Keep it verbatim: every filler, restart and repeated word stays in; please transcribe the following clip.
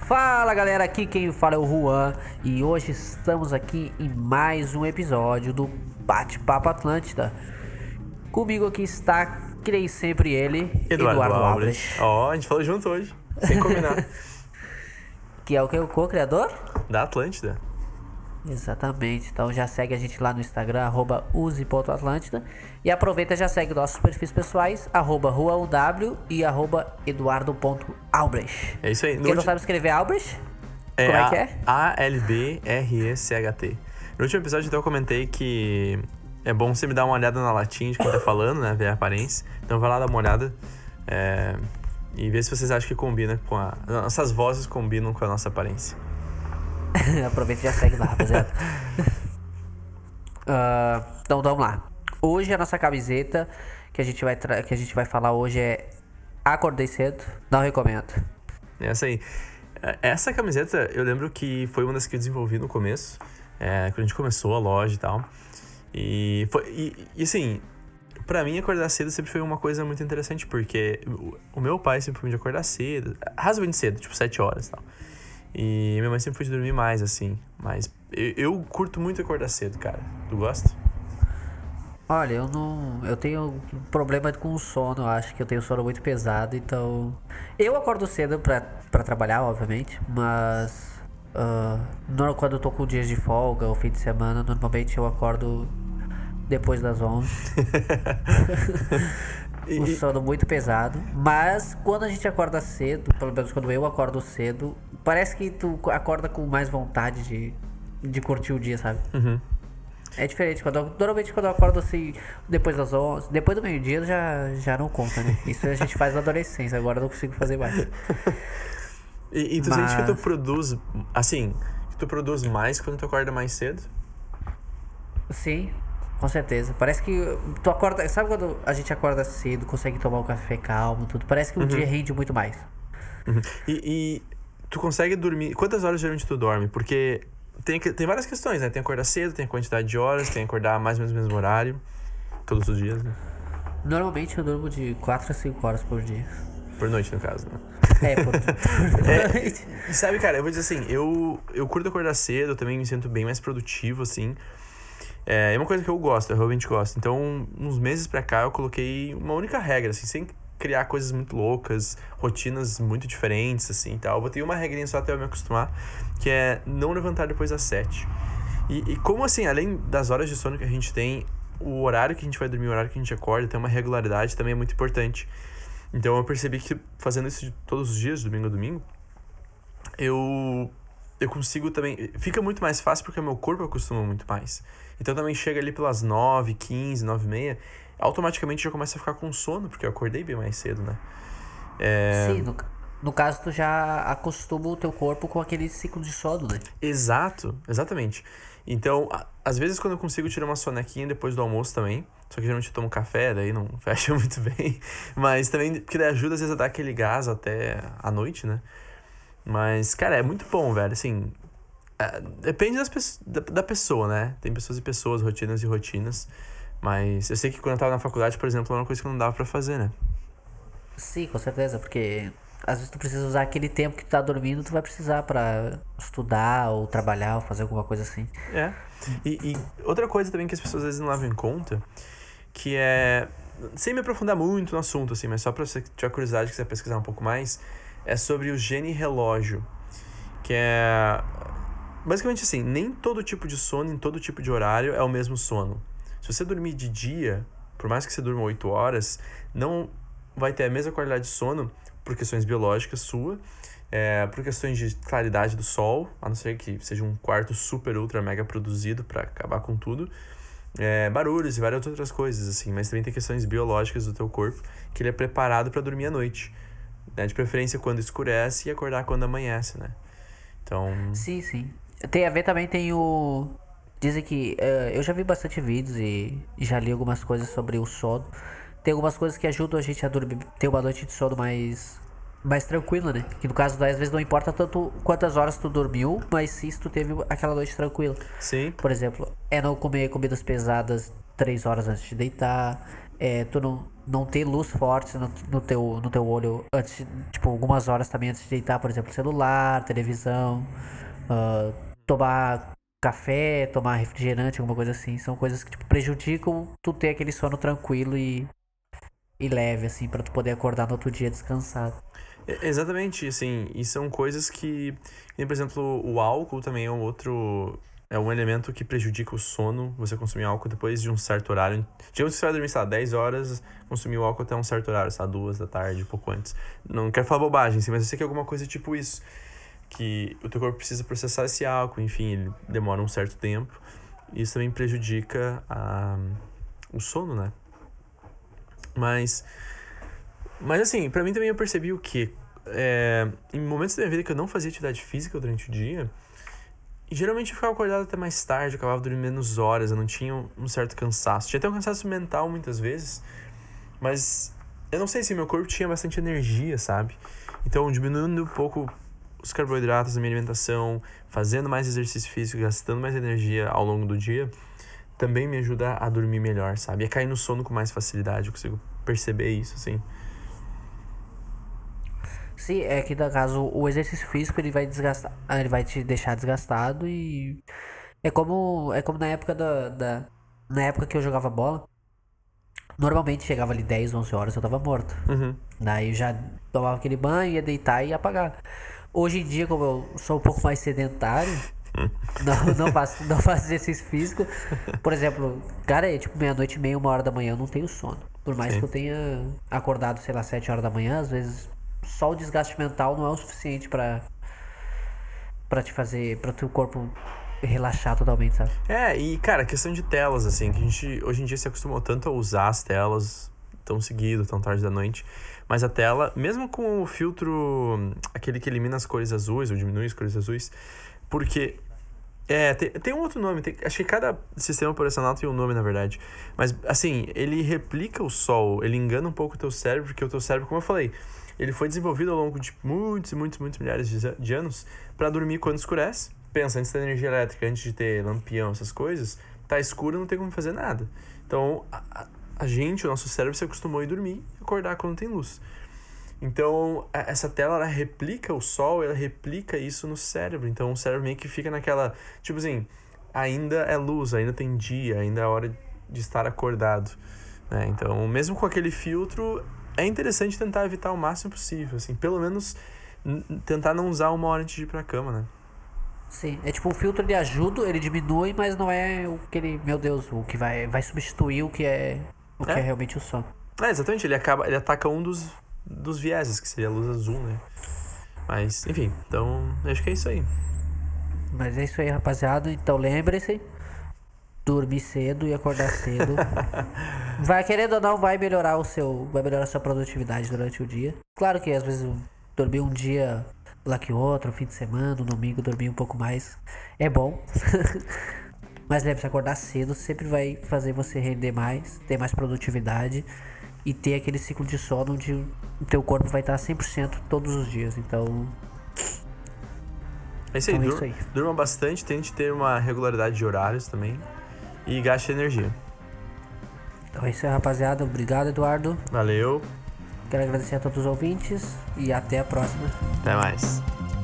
Fala galera, aqui quem fala é o Juan e hoje estamos aqui em mais um episódio do Bate-Papo Atlântida. Comigo aqui está, creio sempre ele, Eduardo, Eduardo Albrecht. Albrecht. Ó, oh, a gente falou junto hoje, sem combinar. Que é o que? O co-criador? Da Atlântida. Exatamente, então já segue a gente lá no Instagram, arroba use ponto atlântida. E aproveita e já segue nossos perfis pessoais, arroba ruauw e arroba eduardo.albrecht. É isso aí. Quem não sabe escrever Albrecht? É Como é a, que é? A L B R E C H T. No último episódio então eu comentei que é bom você me dar uma olhada na latinha de quem tá falando, né? Ver a aparência. Então vai lá dar uma olhada é, e ver se vocês acham que combina com a... Nossas vozes combinam com a nossa aparência. Aproveita e já segue lá, rapaziada. uh, então vamos lá. Hoje a nossa camiseta que a gente vai, tra- que a gente vai falar hoje é Acordei Cedo, não recomendo. Essa aí. Essa camiseta eu lembro que foi uma das que eu desenvolvi no começo, é, quando a gente começou a loja e tal. E, foi, e, e assim, pra mim acordar cedo sempre foi uma coisa muito interessante, porque o, o meu pai sempre foi de acordar cedo, razoavelmente cedo, tipo sete horas e tal. E minha mãe sempre foi de dormir mais, assim. Mas eu, eu curto muito acordar cedo, cara. Tu gosta? Olha, eu não. Eu tenho um problema com o sono, eu acho que eu tenho sono muito pesado, então. Eu acordo cedo pra, pra trabalhar, obviamente, mas. Uh, no- quando eu tô com dias de folga ou fim de semana, normalmente eu acordo depois das onze. E, Um e- sono muito pesado, mas quando a gente acorda cedo, pelo menos quando eu acordo cedo, parece que tu acorda com mais vontade de, de curtir o dia, sabe? Uhum. É diferente, quando eu- normalmente quando eu acordo assim, depois das onze, depois do meio-dia já, já não conta, né? Isso a gente faz na adolescência, agora eu não consigo fazer mais. e, e tu Mas- sente que tu produz, assim, que tu produz mais quando tu acorda mais cedo? Sim, com certeza. Parece que tu acorda, sabe quando a gente acorda cedo, consegue tomar um café calmo, tudo, parece que o dia rende muito mais. Uhum. E, e tu consegue dormir... Quantas horas geralmente tu dorme? Porque tem, que- tem várias questões, né? Tem acordar cedo, tem a quantidade de horas, tem acordar mais ou menos no mesmo horário. Todos os dias, né? Normalmente eu durmo de quatro a cinco horas por dia. Por noite, no caso, né? É, por, por É, noite. e sabe, cara, eu vou dizer assim, eu, eu curto acordar cedo, eu também me sinto bem mais produtivo, assim. É, é uma coisa que eu gosto, eu realmente gosto. Então, uns meses pra cá, eu coloquei uma única regra, assim, sem criar coisas muito loucas, rotinas muito diferentes, assim, e tal. Eu botei uma regrinha só até eu me acostumar, que é não levantar depois das sete. E, e como, assim, além das horas de sono que a gente tem, o horário que a gente vai dormir, o horário que a gente acorda, tem uma regularidade também é muito importante. Então, eu percebi que fazendo isso de todos os dias, domingo a domingo, eu, eu consigo também... Fica muito mais fácil porque o meu corpo acostuma muito mais. Então também chega ali pelas nove, quinze, nove e meia, automaticamente já começa a ficar com sono, porque eu acordei bem mais cedo, né? É... Sim, no, no caso tu já acostuma o teu corpo com aquele ciclo de sono, né? Exato, exatamente. Então, a- às vezes quando eu consigo tirar uma sonequinha depois do almoço também, só que geralmente eu tomo café, daí não fecha muito bem, mas também, porque daí ajuda às vezes a dar aquele gás até a noite, né? Mas, cara, é muito bom, velho, assim... É, depende das, pe- da, da pessoa, né? Tem pessoas e pessoas, rotinas e rotinas. Mas eu sei que quando eu tava na faculdade, por exemplo, era uma coisa que não dava pra fazer, né? Sim, com certeza, porque às vezes tu precisa usar aquele tempo que tu tá dormindo, tu vai precisar pra estudar ou trabalhar ou fazer alguma coisa assim. É. E, e outra coisa também que as pessoas às vezes não levam em conta, que é... Sem me aprofundar muito no assunto, assim, mas só pra você que tiver curiosidade, quiser pesquisar um pouco mais, é sobre o gene relógio. Que é... Basicamente assim, nem todo tipo de sono, em todo tipo de horário é o mesmo sono. Se você dormir de dia, por mais que você durma oito horas, não vai ter a mesma qualidade de sono por questões biológicas sua, é, por questões de claridade do sol, a não ser que seja um quarto super, ultra, mega produzido para acabar com tudo, é, barulhos e várias outras coisas, assim, mas também tem questões biológicas do teu corpo que ele é preparado para dormir à noite, né? De preferência quando escurece e acordar quando amanhece, né? Então... Sim, sim. Tem a ver também, tem o... Dizem que... eh, eu já vi bastante vídeos e já li algumas coisas sobre o sono. Tem algumas coisas que ajudam a gente a dormir, ter uma noite de sono mais... mais tranquila, né? Que no caso, às vezes não importa tanto quantas horas tu dormiu, mas sim se tu teve aquela noite tranquila. Sim. Por exemplo, é não comer comidas pesadas três horas antes de deitar, é, tu não, não ter luz forte no, no, teu, no teu olho antes, de- tipo, algumas horas também antes de deitar, por exemplo, celular, televisão, ah, tomar café, tomar refrigerante, alguma coisa assim. São coisas que tipo, prejudicam tu ter aquele sono tranquilo e, e leve, assim, pra tu poder acordar no outro dia descansado. É, exatamente, assim, e são coisas que, que nem, por exemplo, o álcool também é um outro, é um elemento que prejudica o sono, você consumir álcool depois de um certo horário. Digamos que você vai dormir, sei lá, dez horas, consumir o álcool até um certo horário, sei lá, duas da tarde, pouco antes. Não quero falar bobagem, assim, mas eu sei que é alguma coisa tipo isso, que o teu corpo precisa processar esse álcool, enfim, ele demora um certo tempo, e isso também prejudica a, o sono, né? Mas... Mas assim, pra mim também eu percebi o quê? É, em momentos da minha vida que eu não fazia atividade física durante o dia, geralmente eu ficava acordado até mais tarde, eu acabava dormindo menos horas, eu não tinha um um certo cansaço. Tinha até um cansaço mental muitas vezes, mas eu não sei se meu corpo tinha bastante energia, sabe? Então, diminuindo um pouco os carboidratos da minha alimentação, fazendo mais exercício físico, gastando mais energia ao longo do dia, também me ajuda a dormir melhor, sabe? E a cair no sono com mais facilidade, eu consigo perceber isso, assim. Sim, é que no caso o exercício físico ele vai desgastar, ah, ele vai te deixar desgastado e é como é como na época da, da na época que eu jogava bola, normalmente chegava ali dez onze horas eu tava morto. Uhum. Daí eu já tomava aquele banho, ia deitar e ia apagar. Hoje em dia, como eu sou um pouco mais sedentário, não, não faço, não faço exercício físico. Por exemplo, cara, é tipo meia-noite e meia, uma hora da manhã, eu não tenho sono. Por mais que Sim. eu tenha acordado, sei lá, sete horas da manhã, às vezes só o desgaste mental não é o suficiente pra, pra te fazer, pra teu corpo relaxar totalmente, sabe? É, e cara, questão de telas, assim, que a gente hoje em dia se acostumou tanto a usar as telas tão seguido, tão tarde da noite. Mas a tela, mesmo com o filtro, aquele que elimina as cores azuis, ou diminui as cores azuis, porque. É, tem, tem um outro nome, tem- acho que cada sistema operacional tem um nome, na verdade. Mas, assim, ele replica o sol, ele engana um pouco o teu cérebro, porque o teu cérebro, como eu falei, ele foi desenvolvido ao longo de muitos e muitos, muitos milhares de, de anos pra dormir quando escurece. Pensa, antes da energia elétrica, antes de ter lampião, essas coisas, tá escuro, não tem como fazer nada. Então, a, a- a gente, o nosso cérebro se acostumou a ir dormir e acordar quando tem luz. Então, a- essa tela, ela replica o sol, ela replica isso no cérebro. Então, o cérebro meio que fica naquela... Tipo assim, ainda é luz, ainda tem dia, ainda é hora de estar acordado, né? Então, mesmo com aquele filtro, é interessante tentar evitar o máximo possível, assim. Pelo menos, n- tentar não usar uma hora antes de ir pra cama, né? Sim, é tipo um filtro de ajuda, ele diminui, mas não é o que ele, meu Deus, o que vai, vai substituir o que é, o que é É, realmente o sono. é exatamente. Ele acaba, ele ataca um dos, dos vieses, que seria a luz azul, né? Mas, enfim. Então, acho que é isso aí. Mas é isso aí, rapaziada. Então lembre-se, dormir cedo e acordar cedo. Vai, querendo ou não, vai melhorar o seu, vai melhorar a sua produtividade durante o dia. Claro que às vezes dormir um dia lá que outro, fim de semana, um domingo, dormir um pouco mais é bom. Mas lembre-se, acordar cedo sempre vai fazer você render mais, ter mais produtividade e ter aquele ciclo de sono onde o teu corpo vai estar cem por cento todos os dias. Então, É isso aí, então é dur isso aí. durma bastante, tente ter uma regularidade de horários também e gaste energia. Então é isso aí, rapaziada. Obrigado, Eduardo. Valeu, Quero agradecer a todos os ouvintes e até a próxima. até mais.